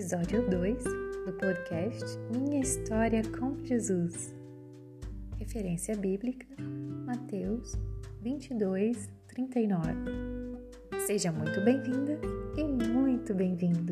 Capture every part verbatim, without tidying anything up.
episódio dois do podcast Minha História com Jesus. Referência bíblica, Mateus vinte e dois, trinta e nove. Seja muito bem-vinda e muito bem-vindo.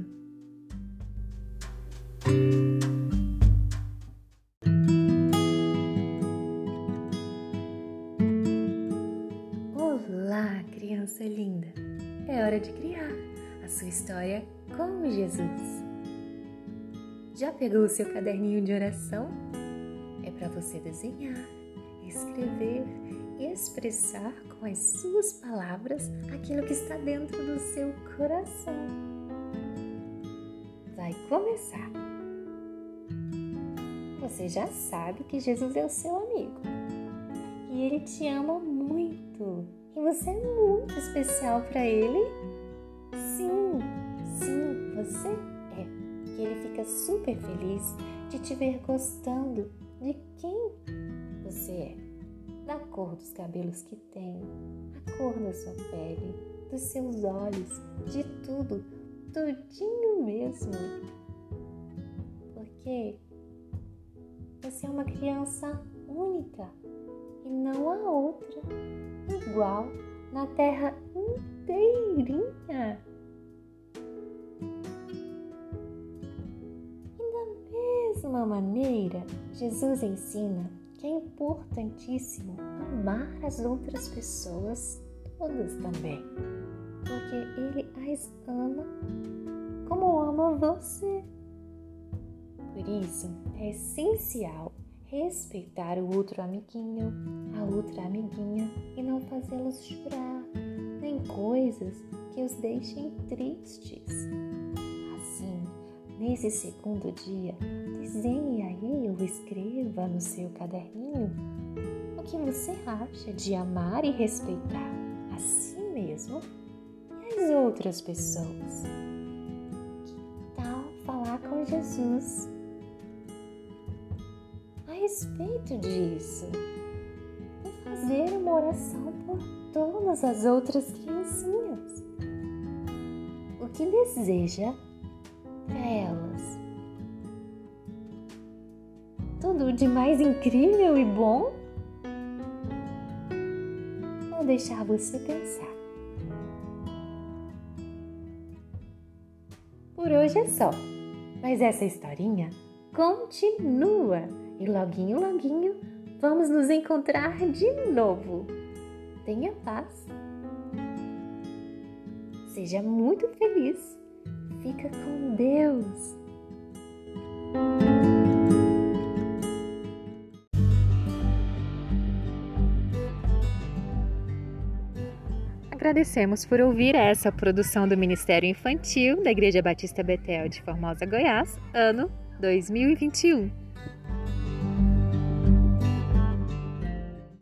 Olá, criança linda! É hora de criar a sua história com Jesus. Já pegou o seu caderninho de oração? É para você desenhar, escrever e expressar com as suas palavras aquilo que está dentro do seu coração. Vai começar! Você já sabe que Jesus é o seu amigo e Ele te ama muito e você é muito especial para Ele. Sim, sim, você é. Que Ele fica super feliz de te ver gostando de quem você é, da cor dos cabelos que tem, a cor da sua pele, dos seus olhos, de tudo, tudinho mesmo. Porque você é uma criança única e não a outra, igual na terra inteirinha. Da mesma maneira, Jesus ensina que é importantíssimo amar as outras pessoas, todas também, porque Ele as ama como ama você. Por isso, é essencial respeitar o outro amiguinho, a outra amiguinha e não fazê-los chorar, nem coisas que os deixem tristes. Assim, nesse segundo dia, desenhe aí ou escreva no seu caderninho o que você acha de amar e respeitar a si mesmo e as outras pessoas. Que tal falar com Jesus a respeito disso e fazer uma oração por todas as outras criancinhas? O que deseja para elas? Tudo de mais incrível e bom? Vou deixar você pensar. Por hoje é só, mas essa historinha continua e loguinho, loguinho vamos nos encontrar de novo. Tenha paz. Seja muito feliz. Fica com Deus. Agradecemos por ouvir essa produção do Ministério Infantil da Igreja Batista Betel de Formosa, Goiás, ano dois mil e vinte e um.